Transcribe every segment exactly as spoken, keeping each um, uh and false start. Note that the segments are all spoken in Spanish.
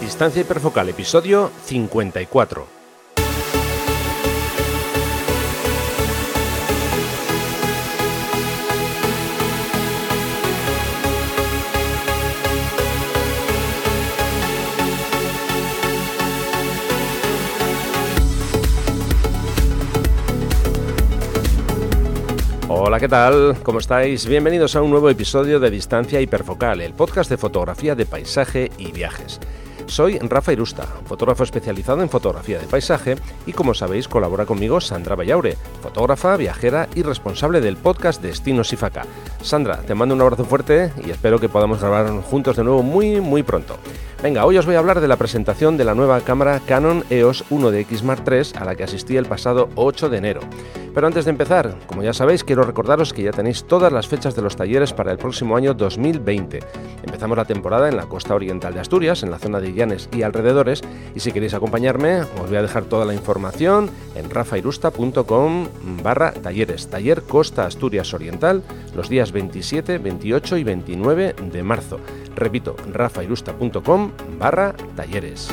Distancia hiperfocal, episodio cincuenta y cuatro. Hola, ¿qué tal? ¿Cómo estáis? Bienvenidos a un nuevo episodio de Distancia hiperfocal, el podcast de fotografía de paisaje y viajes. Soy Rafa Irusta, fotógrafo especializado en fotografía de paisaje y, como sabéis, colabora conmigo Sandra Bayaure, fotógrafa, viajera y responsable del podcast Destinos IFACA. Sandra, te mando un abrazo fuerte y espero que podamos grabar juntos de nuevo muy, muy pronto. Venga, hoy os voy a hablar de la presentación de la nueva cámara Canon E O S uno D X Mark tres a la que asistí el pasado ocho de enero. Pero antes de empezar, como ya sabéis, quiero recordaros que ya tenéis todas las fechas de los talleres para el próximo año dos mil veinte. Empezamos la temporada en la costa oriental de Asturias, en la zona de Llanes y alrededores, y si queréis acompañarme, os voy a dejar toda la información en rafairusta.com barra talleres, taller Costa Asturias Oriental, los días veintisiete, veintiocho y veintinueve de marzo. Repito, rafairusta.com barra talleres.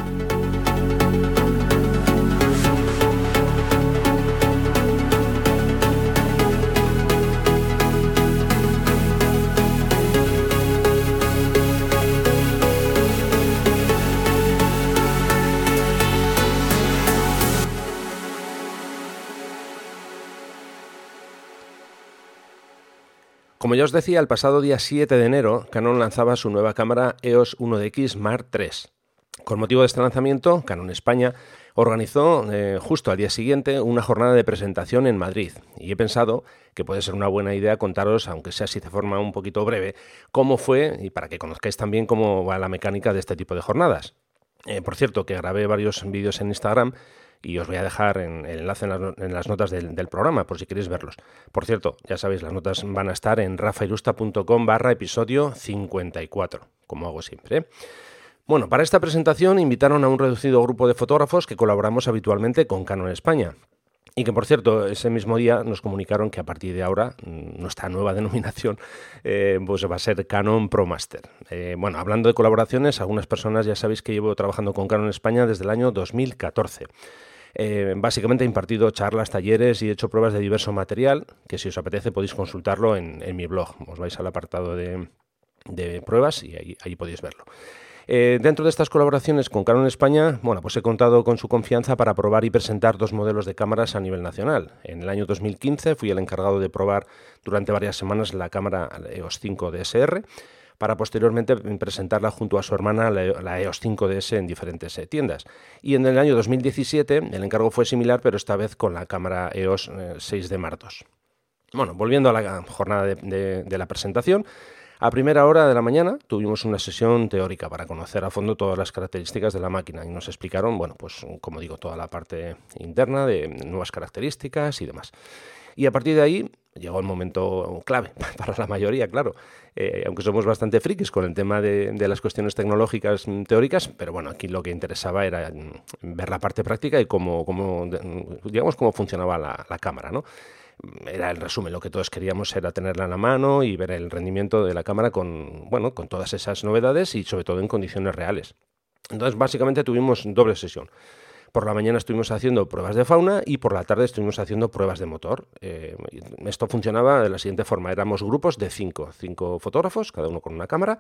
Como ya os decía, el pasado día siete de enero, Canon lanzaba su nueva cámara E O S uno D X Mark tres. Con motivo de este lanzamiento, Canon España organizó eh, justo al día siguiente una jornada de presentación en Madrid, y he pensado que puede ser una buena idea contaros, aunque sea así de forma un poquito breve, cómo fue y para que conozcáis también cómo va la mecánica de este tipo de jornadas. Eh, por cierto, que grabé varios vídeos en Instagram y os voy a dejar en el enlace en las, en las notas del, del programa, por si queréis verlos. Por cierto, ya sabéis, las notas van a estar en rafairusta.com barra episodio cincuenta y cuatro, como hago siempre, ¿eh? Bueno, para esta presentación invitaron a un reducido grupo de fotógrafos que colaboramos habitualmente con Canon España. Y que, por cierto, ese mismo día nos comunicaron que a partir de ahora nuestra nueva denominación eh, pues va a ser Canon ProMaster. Eh, bueno, hablando de colaboraciones, algunas personas ya sabéis que llevo trabajando con Canon España desde el año dos mil catorce. Eh, básicamente he impartido charlas, talleres y he hecho pruebas de diverso material, que si os apetece podéis consultarlo en, en mi blog. Os vais al apartado de, de pruebas y ahí, ahí podéis verlo. Eh, dentro de estas colaboraciones con Canon España, bueno, pues he contado con su confianza para probar y presentar dos modelos de cámaras a nivel nacional. En el año dos mil quince fui el encargado de probar durante varias semanas la cámara E O S cinco D S R, para posteriormente presentarla junto a su hermana, la E O S cinco D S, en diferentes eh, tiendas. Y en el año dos mil diecisiete el encargo fue similar, pero esta vez con la cámara E O S eh, seis D Mark dos. Bueno, volviendo a la jornada de, de, de la presentación, a primera hora de la mañana tuvimos una sesión teórica para conocer a fondo todas las características de la máquina y nos explicaron, bueno, pues como digo, toda la parte interna de nuevas características y demás. Y a partir de ahí llegó el momento clave para la mayoría, claro, eh, aunque somos bastante frikis con el tema de, de las cuestiones tecnológicas teóricas, pero bueno, aquí lo que interesaba era ver la parte práctica y cómo, cómo digamos, cómo funcionaba la, la cámara, ¿no? Era el resumen, lo que todos queríamos era tenerla en la mano y ver el rendimiento de la cámara con, bueno, con todas esas novedades y sobre todo en condiciones reales. Entonces, básicamente tuvimos doble sesión. Por la mañana estuvimos haciendo pruebas de fauna y por la tarde estuvimos haciendo pruebas de motor. Eh, esto funcionaba de la siguiente forma. Éramos grupos de cinco, cinco fotógrafos, cada uno con una cámara,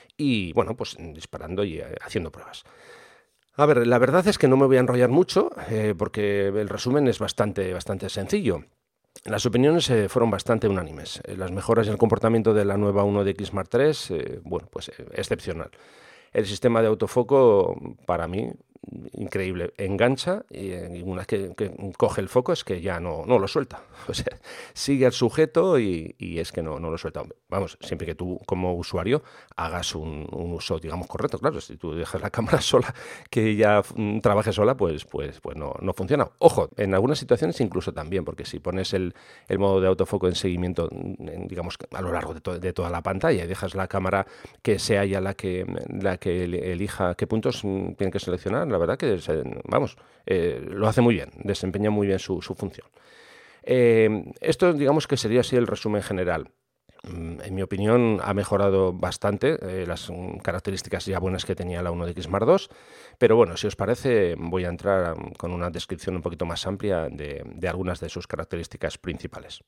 y bueno, pues disparando y eh, haciendo pruebas. A ver, la verdad es que no me voy a enrollar mucho eh, porque el resumen es bastante, bastante sencillo. Las opiniones eh, fueron bastante unánimes. Eh, las mejoras en el comportamiento de la nueva uno D X Mark tres, eh, bueno, pues eh, excepcional. El sistema de autofoco, para mí, increíble. Engancha y, y una vez que, que coge el foco es que ya no, no lo suelta. O sea, sigue al sujeto y, y es que no, no lo suelta. Vamos, siempre que tú como usuario hagas un, un uso, digamos, correcto. Claro, si tú dejas la cámara sola, que ya mm, trabaje sola, pues, pues, pues no, no funciona. Ojo, en algunas situaciones incluso también, porque si pones el, el modo de autofoco en seguimiento, digamos, a lo largo de, to- de toda la pantalla y dejas la cámara que sea ya la que, la que elija qué puntos mm, tiene que seleccionar, la verdad que, vamos, eh, lo hace muy bien, desempeña muy bien su, su función. Eh, esto, digamos que sería así el resumen general. En mi opinión, ha mejorado bastante eh, las características ya buenas que tenía la uno D X Mark dos, pero bueno, si os parece, voy a entrar con una descripción un poquito más amplia de, de algunas de sus características principales.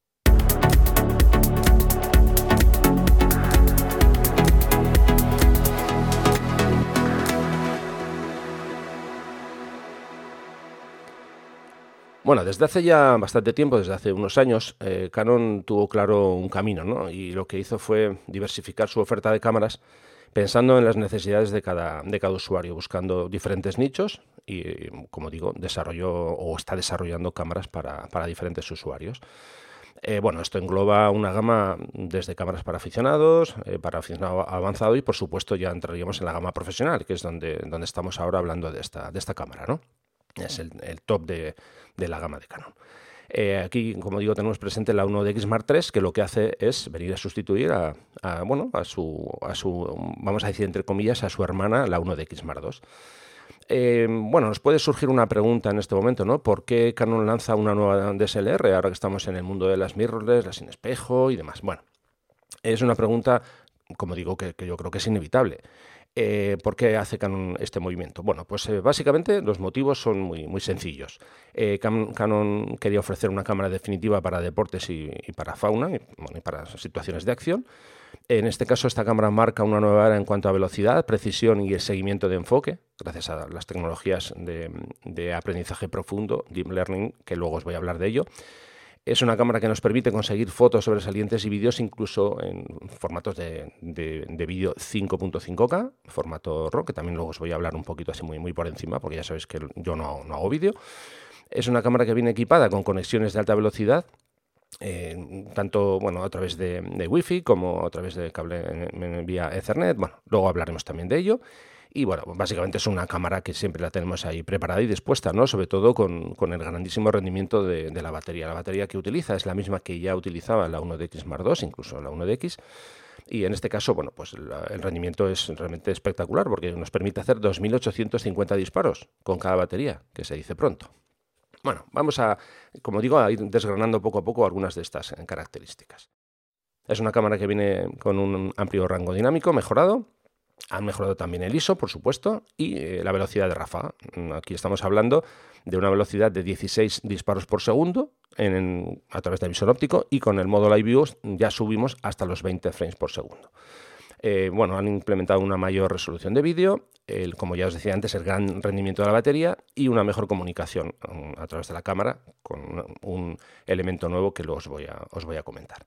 Bueno, desde hace ya bastante tiempo, desde hace unos años, eh, Canon tuvo claro un camino, ¿no? Y lo que hizo fue diversificar su oferta de cámaras pensando en las necesidades de cada, de cada usuario, buscando diferentes nichos y, como digo, desarrolló o está desarrollando cámaras para, para diferentes usuarios. Eh, bueno, esto engloba una gama desde cámaras para aficionados, eh, para aficionado avanzado y, por supuesto, ya entraríamos en la gama profesional, que es donde, donde estamos ahora hablando de esta, de esta cámara, ¿no? Es el, el top de, de la gama de Canon. Eh, aquí, como digo, tenemos presente la uno D X Mark tres, que lo que hace es venir a sustituir a, a, bueno, a, su, a su, vamos a decir entre comillas, a su hermana, la uno D X Mark dos. Eh, bueno, nos puede surgir una pregunta en este momento, ¿no? ¿Por qué Canon lanza una nueva D S L R ahora que estamos en el mundo de las mirrorless, las sin espejo y demás? Bueno, es una pregunta, como digo, que, que yo creo que es inevitable. Eh, ¿Por qué hace Canon este movimiento? Bueno, pues eh, básicamente los motivos son muy, muy sencillos. Eh, Canon quería ofrecer una cámara definitiva para deportes y, y para fauna, y, bueno, y para situaciones de acción. En este caso, esta cámara marca una nueva era en cuanto a velocidad, precisión y el seguimiento de enfoque, gracias a las tecnologías de, de aprendizaje profundo, Deep Learning, que luego os voy a hablar de ello. Es una cámara que nos permite conseguir fotos sobresalientes y vídeos incluso en formatos de, de, de vídeo cinco punto cinco K, formato RAW, que también luego os voy a hablar un poquito así muy, muy por encima, porque ya sabéis que yo no, no hago vídeo. Es una cámara que viene equipada con conexiones de alta velocidad, eh, tanto bueno, a través de, de Wi-Fi como a través de cable en, en, vía Ethernet. Bueno, luego hablaremos también de ello. Y bueno, básicamente es una cámara que siempre la tenemos ahí preparada y dispuesta, ¿no? Sobre todo con, con el grandísimo rendimiento de, de la batería. La batería que utiliza es la misma que ya utilizaba la uno D X Mark dos, incluso la uno D X. Y en este caso, bueno, pues la, el rendimiento es realmente espectacular porque nos permite hacer dos mil ochocientos cincuenta disparos con cada batería, que se dice pronto. Bueno, vamos a, como digo, a ir desgranando poco a poco algunas de estas características. Es una cámara que viene con un amplio rango dinámico mejorado. Han mejorado también el I S O, por supuesto, y eh, la velocidad de ráfaga. Aquí estamos hablando de una velocidad de dieciséis disparos por segundo en, en, a través del visor óptico, y con el modo Live View ya subimos hasta los veinte frames por segundo. Eh, bueno, han implementado una mayor resolución de vídeo, el, como ya os decía antes, el gran rendimiento de la batería y una mejor comunicación um, a través de la cámara, con un, un elemento nuevo que luego os voy a, os voy a comentar.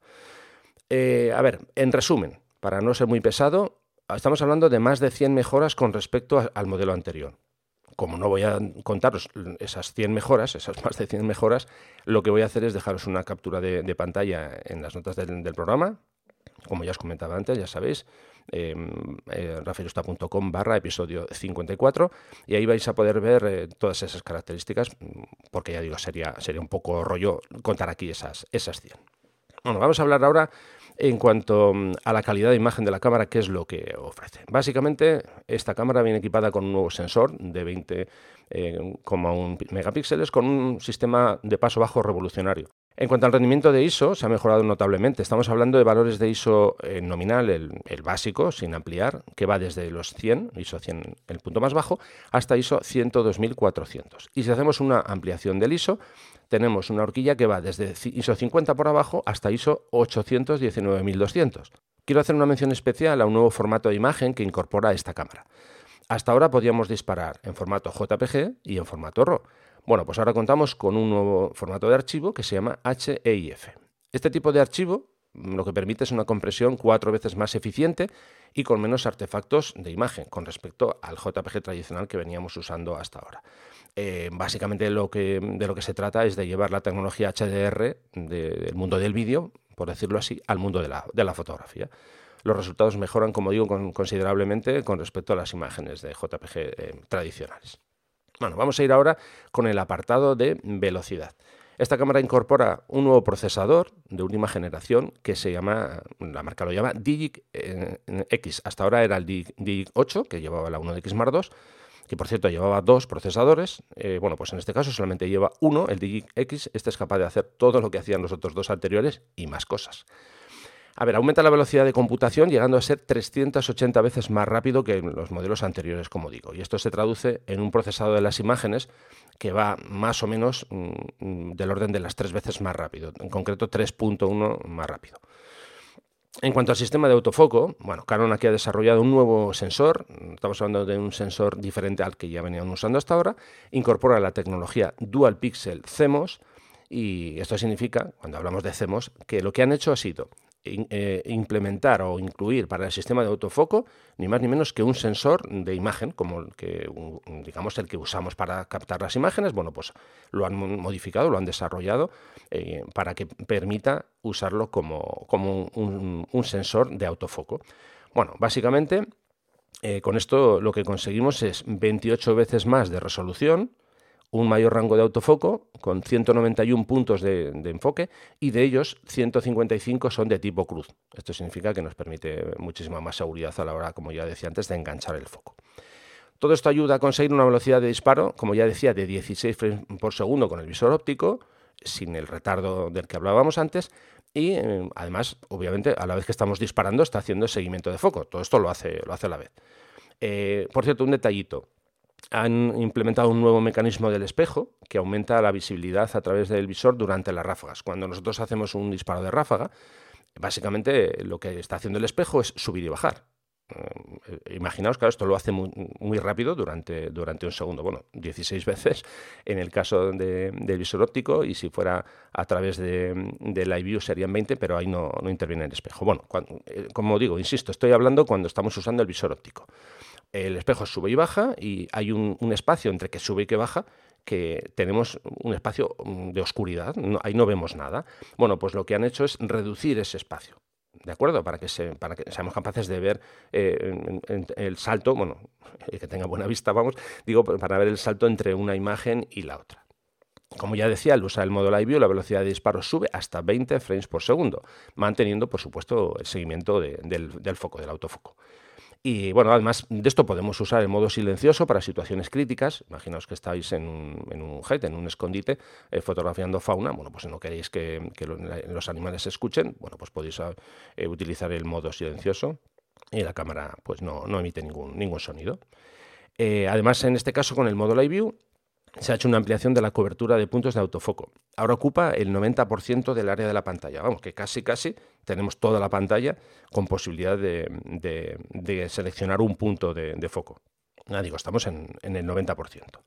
Eh, a ver, en resumen, para no ser muy pesado, estamos hablando de más de cien mejoras con respecto a, al modelo anterior. Como no voy a contaros esas cien mejoras, esas más de cien mejoras, lo que voy a hacer es dejaros una captura de, de pantalla en las notas del, del programa. Como ya os comentaba antes, ya sabéis, eh, eh, rafaelusta punto com barra episodio cincuenta y cuatro, y ahí vais a poder ver eh, todas esas características, porque ya digo, sería, sería un poco rollo contar aquí esas, esas cien. Bueno, vamos a hablar ahora en cuanto a la calidad de imagen de la cámara, ¿qué es lo que ofrece? Básicamente, esta cámara viene equipada con un nuevo sensor de veinte coma uno eh, megapíxeles con un sistema de paso bajo revolucionario. En cuanto al rendimiento de I S O, se ha mejorado notablemente. Estamos hablando de valores de I S O eh, nominal, el, el básico, sin ampliar, que va desde los cien, I S O cien, el punto más bajo, hasta I S O ciento dos mil cuatrocientos. Y si hacemos una ampliación del I S O, tenemos una horquilla que va desde I S O cincuenta por abajo hasta I S O ochocientos diecinueve mil doscientos. Quiero hacer una mención especial a un nuevo formato de imagen que incorpora esta cámara. Hasta ahora podíamos disparar en formato J P G y en formato RAW. Bueno, pues ahora contamos con un nuevo formato de archivo que se llama H E I F. Este tipo de archivo lo que permite es una compresión cuatro veces más eficiente y con menos artefactos de imagen con respecto al J P G tradicional que veníamos usando hasta ahora. Eh, básicamente lo que, de lo que se trata es de llevar la tecnología H D R de, del mundo del vídeo, por decirlo así, al mundo de la, de la fotografía. Los resultados mejoran, como digo, con, considerablemente con respecto a las imágenes de J P G eh, tradicionales. Bueno, vamos a ir ahora con el apartado de velocidad. Esta cámara incorpora un nuevo procesador de última generación que se llama, la marca lo llama Digic eh, X. Hasta ahora era el Digic ocho, que llevaba la uno D X Mark dos, que por cierto llevaba dos procesadores. Eh, bueno, pues en este caso solamente lleva uno, el Digic X. Este es capaz de hacer todo lo que hacían los otros dos anteriores y más cosas. A ver, aumenta la velocidad de computación llegando a ser trescientas ochenta veces más rápido que en los modelos anteriores, como digo. Y esto se traduce en un procesado de las imágenes que va más o menos mmm, del orden de las tres veces más rápido, en concreto tres punto uno más rápido. En cuanto al sistema de autofoco, bueno, Canon aquí ha desarrollado un nuevo sensor, estamos hablando de un sensor diferente al que ya venían usando hasta ahora, incorpora la tecnología Dual Pixel C M O S y esto significa, cuando hablamos de C M O S, que lo que han hecho ha sido in, eh, implementar o incluir para el sistema de autofoco ni más ni menos que un sensor de imagen, como el que, digamos, el que usamos para captar las imágenes. Bueno, pues lo han modificado, lo han desarrollado eh, para que permita usarlo como, como un, un sensor de autofoco. Bueno, básicamente eh, con esto lo que conseguimos es veintiocho veces más de resolución, un mayor rango de autofoco con ciento noventa y uno puntos de, de enfoque y de ellos ciento cincuenta y cinco son de tipo cruz. Esto significa que nos permite muchísima más seguridad a la hora, como ya decía antes, de enganchar el foco. Todo esto ayuda a conseguir una velocidad de disparo, como ya decía, de dieciséis frames por segundo con el visor óptico, sin el retardo del que hablábamos antes, y eh, además, obviamente, a la vez que estamos disparando, está haciendo seguimiento de foco. Todo esto lo hace, lo hace a la vez. Eh, por cierto, un detallito. Han implementado un nuevo mecanismo del espejo que aumenta la visibilidad a través del visor durante las ráfagas. Cuando nosotros hacemos un disparo de ráfaga, básicamente lo que está haciendo el espejo es subir y bajar. Eh, imaginaos, claro, esto lo hace muy, muy rápido durante, durante un segundo. Bueno, dieciséis veces en el caso de, del visor óptico, y si fuera a través de, de Live View serían veinte, pero ahí no, no interviene el espejo. Bueno, cuando, eh, como digo, insisto, estoy hablando cuando estamos usando el visor óptico. El espejo sube y baja y hay un, un espacio entre que sube y que baja, que tenemos un espacio de oscuridad, no, ahí no vemos nada. Bueno, pues lo que han hecho es reducir ese espacio, ¿de acuerdo? Para que, se, para que seamos capaces de ver eh, en, en, el salto, bueno, que tenga buena vista, vamos, digo, para ver el salto entre una imagen y la otra. Como ya decía, al usar el modo Live View, la velocidad de disparo sube hasta veinte frames por segundo, manteniendo, por supuesto, el seguimiento de, del, del foco, del autofoco. Y bueno, además de esto podemos usar el modo silencioso para situaciones críticas. Imaginaos que estáis en un, en un hide, en un escondite, eh, fotografiando fauna. Bueno, pues si no queréis que, que los animales se escuchen, bueno, pues podéis eh, utilizar el modo silencioso y la cámara pues no, no emite ningún, ningún sonido. Eh, además, en este caso, con el modo Live View, se ha hecho una ampliación de la cobertura de puntos de autofoco. Ahora ocupa el noventa por ciento del área de la pantalla. Vamos, que casi, casi tenemos toda la pantalla con posibilidad de, de, de seleccionar un punto de, de foco. Ya digo, estamos en, en el noventa por ciento.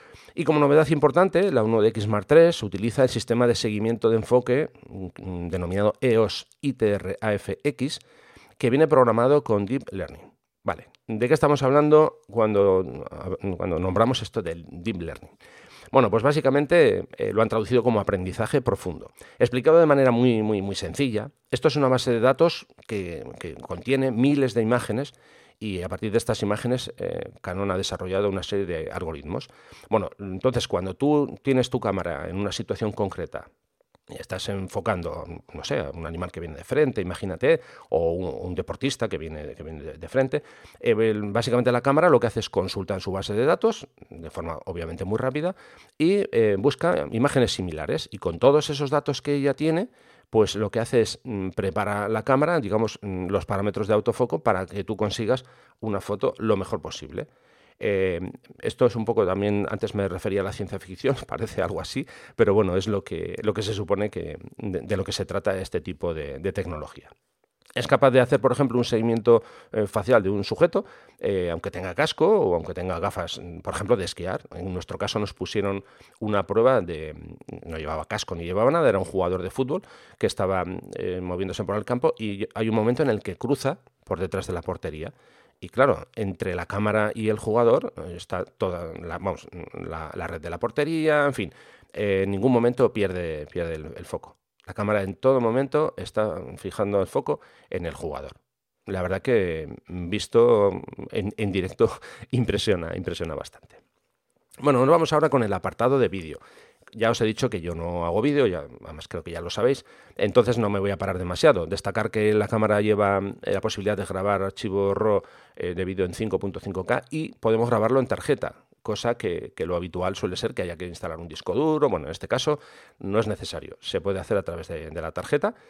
Y como novedad importante, la uno D X Mark tres utiliza el sistema de seguimiento de enfoque denominado E O S I T R A F X, que viene programado con Deep Learning. Vale, ¿de qué estamos hablando cuando, cuando nombramos esto del Deep Learning? Bueno, pues básicamente eh, lo han traducido como aprendizaje profundo. Explicado de manera muy, muy, muy sencilla, esto es una base de datos que, que contiene miles de imágenes y a partir de estas imágenes eh, Canon ha desarrollado una serie de algoritmos. Bueno, entonces cuando tú tienes tu cámara en una situación concreta, estás enfocando, no sé, a un animal que viene de frente, imagínate, o un, un deportista que viene, que viene de, de frente. Eh, básicamente la cámara lo que hace es consultar en su base de datos, de forma obviamente muy rápida, y eh, busca imágenes similares. Y con todos esos datos que ella tiene, pues lo que hace es mm, prepara la cámara, digamos, mm, los parámetros de autofoco para que tú consigas una foto lo mejor posible. Eh, esto es un poco también, antes me refería a la ciencia ficción, parece algo así, pero bueno, es lo que, lo que se supone que de, de lo que se trata este tipo de, de tecnología. Es capaz de hacer, por ejemplo, un seguimiento eh, facial de un sujeto, eh, aunque tenga casco o aunque tenga gafas, por ejemplo, de esquiar. En nuestro caso nos pusieron una prueba de... no llevaba casco ni llevaba nada, era un jugador de fútbol que estaba eh, moviéndose por el campo y hay un momento en el que cruza por detrás de la portería. Y claro, entre la cámara y el jugador está toda la, vamos, la, la red de la portería, en fin, eh, en ningún momento pierde, pierde el, el foco. La cámara en todo momento está fijando el foco en el jugador. La verdad que visto en, en directo impresiona, impresiona bastante. Bueno, nos vamos ahora con el apartado de vídeo. Ya os he dicho que yo no hago vídeo, ya, además creo que ya lo sabéis, entonces no me voy a parar demasiado. Destacar que la cámara lleva la posibilidad de grabar archivo RAW eh, de vídeo en cinco punto cinco K y podemos grabarlo en tarjeta, cosa que, que lo habitual suele ser que haya que instalar un disco duro. Bueno, en este caso no es necesario, se puede hacer a través de, de la tarjeta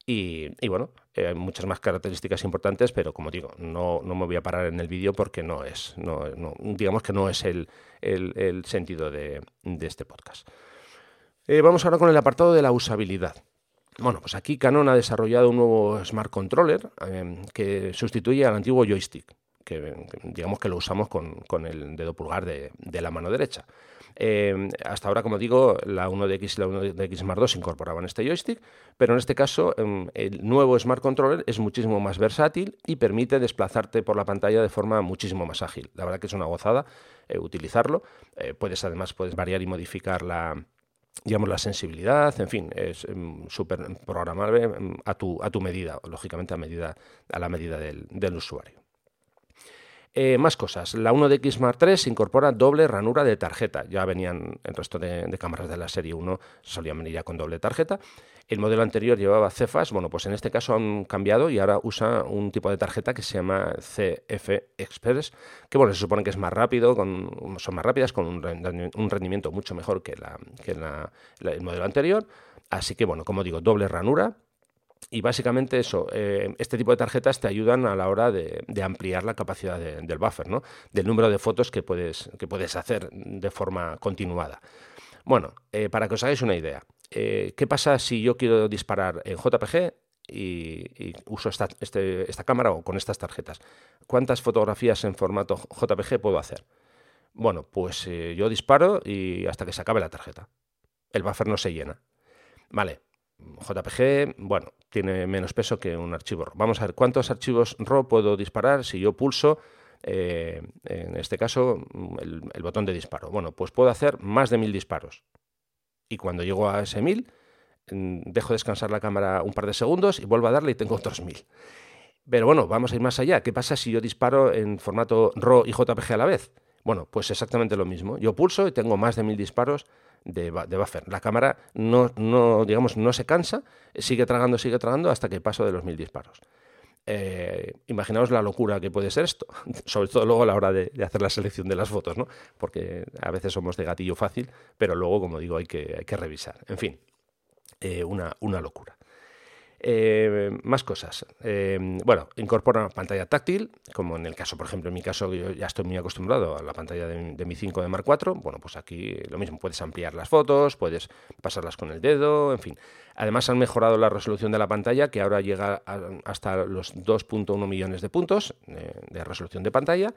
Y, y bueno, eh, hay muchas más características importantes, pero como digo, no, no me voy a parar en el vídeo porque no es, no, no, digamos que no es el, el, el sentido de, de este podcast. Eh, vamos ahora con el apartado de la usabilidad. Bueno, pues aquí Canon ha desarrollado un nuevo Smart Controller eh, que sustituye al antiguo joystick, que digamos que lo usamos con, con el dedo pulgar de, de la mano derecha. Eh, hasta ahora, como digo, la uno D X y la uno D X Mark dos incorporaban este joystick, pero en este caso eh, el nuevo Smart Controller es muchísimo más versátil y permite desplazarte por la pantalla de forma muchísimo más ágil. La verdad que es una gozada eh, utilizarlo. Eh, puedes además puedes variar y modificar la digamos la sensibilidad, en fin, es um, súper programable um, a tu, a tu medida, lógicamente a, medida, a la medida del, del usuario. Eh, más cosas. La uno D X Mark tres incorpora doble ranura de tarjeta. Ya venían el resto de, de cámaras de la serie uno, solían venir ya con doble tarjeta. El modelo anterior llevaba C F A S, bueno, pues en este caso han cambiado y ahora usa un tipo de tarjeta que se llama C F Express, que bueno, se supone que es más rápido, con, son más rápidas, con un, un rendimiento mucho mejor que, la, que la, la, el modelo anterior. Así que bueno, como digo, doble ranura. Y básicamente eso, eh, este tipo de tarjetas te ayudan a la hora de, de ampliar la capacidad de, del buffer, ¿no? Del número de fotos que puedes, que puedes hacer de forma continuada. Bueno, eh, para que os hagáis una idea, eh, ¿qué pasa si yo quiero disparar en J P G y, y uso esta, este, esta cámara o con estas tarjetas? ¿Cuántas fotografías en formato J P G puedo hacer? Bueno, pues eh, yo disparo y hasta que se acabe la tarjeta. El buffer no se llena. Vale. J P G, bueno, tiene menos peso que un archivo R A W. Vamos a ver cuántos archivos R A W puedo disparar si yo pulso, eh, en este caso, el, el botón de disparo. Bueno, pues puedo hacer más de mil disparos. Y cuando llego a ese mil, dejo descansar la cámara un par de segundos y vuelvo a darle y tengo otros mil. Pero bueno, vamos a ir más allá. ¿Qué pasa si yo disparo en formato R A W y J P G a la vez? Bueno, pues exactamente lo mismo. Yo pulso y tengo más de mil disparos de, de buffer. La cámara no, no, digamos, no se cansa, sigue tragando, sigue tragando hasta que paso de los mil disparos. Eh, imaginaos la locura que puede ser esto, sobre todo luego a la hora de, de hacer la selección de las fotos, ¿no? Porque a veces somos de gatillo fácil, pero luego, como digo, hay que, hay que revisar. En fin, eh, una, una locura. Eh, más cosas. Eh, bueno, incorpora pantalla táctil, como en el caso, por ejemplo, en mi caso, yo ya estoy muy acostumbrado a la pantalla de, de mi cinco de Mark cuatro. Bueno, pues aquí lo mismo, puedes ampliar las fotos, puedes pasarlas con el dedo, en fin. Además han mejorado la resolución de la pantalla, que ahora llega a, hasta los dos punto uno millones de puntos de, de resolución de pantalla.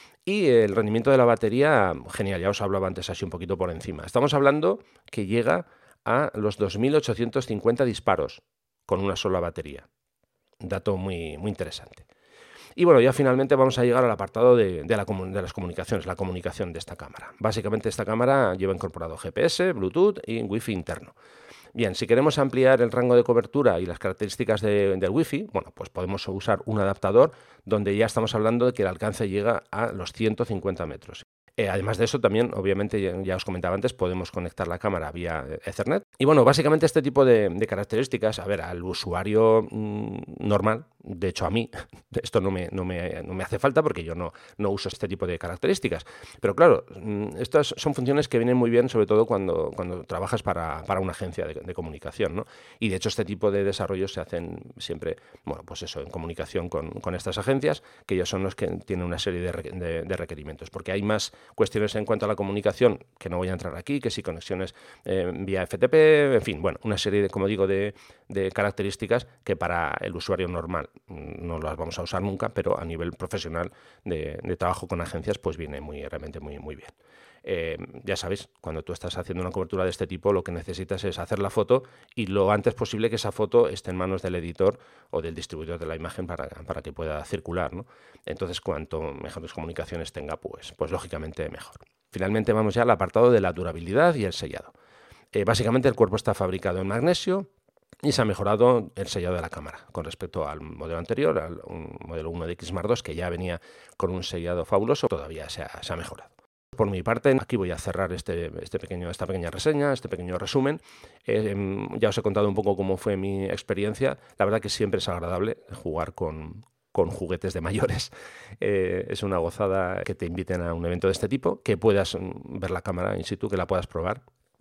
Y el rendimiento de la batería, genial, ya os hablaba antes así un poquito por encima. Estamos hablando que llega a los dos mil ochocientos cincuenta disparos con una sola batería. Un dato muy, muy interesante. Y bueno, ya finalmente vamos a llegar al apartado de, de, la, de las comunicaciones, la comunicación de esta cámara. Básicamente esta cámara lleva incorporado G P S, Bluetooth y Wi-Fi interno. Bien, si queremos ampliar el rango de cobertura y las características de, del Wi-Fi, bueno, pues podemos usar un adaptador donde ya estamos hablando de que el alcance llega a los ciento cincuenta metros. Eh, además de eso, también, obviamente, ya, ya os comentaba antes, podemos conectar la cámara vía Ethernet. Y bueno, básicamente este tipo de, de características, a ver, al usuario mmm, normal, de hecho a mí, esto no me, no me, no me hace falta porque yo no, no uso este tipo de características. Pero claro, mmm, estas son funciones que vienen muy bien, sobre todo cuando, cuando trabajas para, para una agencia de, de comunicación, ¿no? Y de hecho este tipo de desarrollos se hacen siempre, bueno, pues eso, en comunicación con, con estas agencias, que ellos son los que tienen una serie de, de, de requerimientos, porque hay más cuestiones en cuanto a la comunicación, que no voy a entrar aquí, que sí conexiones eh, vía F T P, en fin, bueno, una serie, de, como digo, de, de características que para el usuario normal no las vamos a usar nunca, pero a nivel profesional de, de trabajo con agencias, pues viene muy, realmente muy, muy bien. Eh, ya sabéis, cuando tú estás haciendo una cobertura de este tipo, lo que necesitas es hacer la foto y lo antes posible que esa foto esté en manos del editor o del distribuidor de la imagen para, para que pueda circular, ¿no? Entonces, cuanto mejores comunicaciones tenga, pues, pues lógicamente mejor. Finalmente vamos ya al apartado de la durabilidad y el sellado. Eh, básicamente el cuerpo está fabricado en magnesio y se ha mejorado el sellado de la cámara con respecto al modelo anterior, al un modelo uno D X Mark dos, que ya venía con un sellado fabuloso, todavía se ha, se ha mejorado. Por mi parte, aquí voy a cerrar este, este pequeño, esta pequeña reseña, este pequeño resumen. Eh, ya os he contado un poco cómo fue mi experiencia. La verdad que siempre es agradable jugar con, con juguetes de mayores. Eh, es una gozada que te inviten a un evento de este tipo, que puedas ver la cámara in situ, que la puedas probar.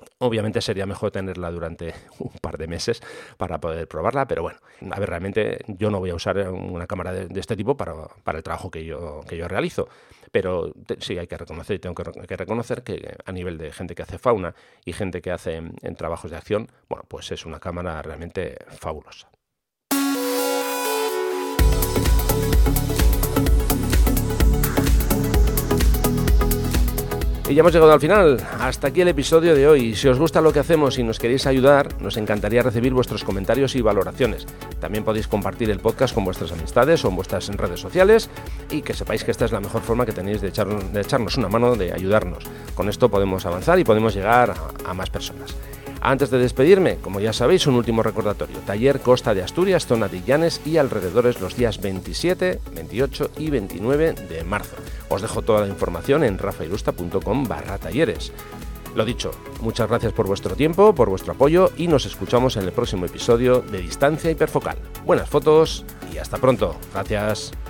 Obviamente sería mejor tenerla durante un par de meses para poder probarla, pero bueno, a ver, realmente yo no voy a usar una cámara de, de este tipo para, para el trabajo que yo, que yo realizo, pero te, sí hay que reconocer, y tengo que, que reconocer que a nivel de gente que hace fauna y gente que hace en, en trabajos de acción, bueno, pues es una cámara realmente fabulosa. Y ya hemos llegado al final. Hasta aquí el episodio de hoy. Si os gusta lo que hacemos y nos queréis ayudar, nos encantaría recibir vuestros comentarios y valoraciones. También podéis compartir el podcast con vuestras amistades o en vuestras redes sociales y que sepáis que esta es la mejor forma que tenéis de, echar, de echarnos una mano, de ayudarnos. Con esto podemos avanzar y podemos llegar a, a más personas. Antes de despedirme, como ya sabéis, un último recordatorio. Taller Costa de Asturias, zona de Illanes y alrededores los días veintisiete, veintiocho y veintinueve de marzo. Os dejo toda la información en rafairusta.com barra talleres. Lo dicho, muchas gracias por vuestro tiempo, por vuestro apoyo y nos escuchamos en el próximo episodio de Distancia Hiperfocal. Buenas fotos y hasta pronto. Gracias.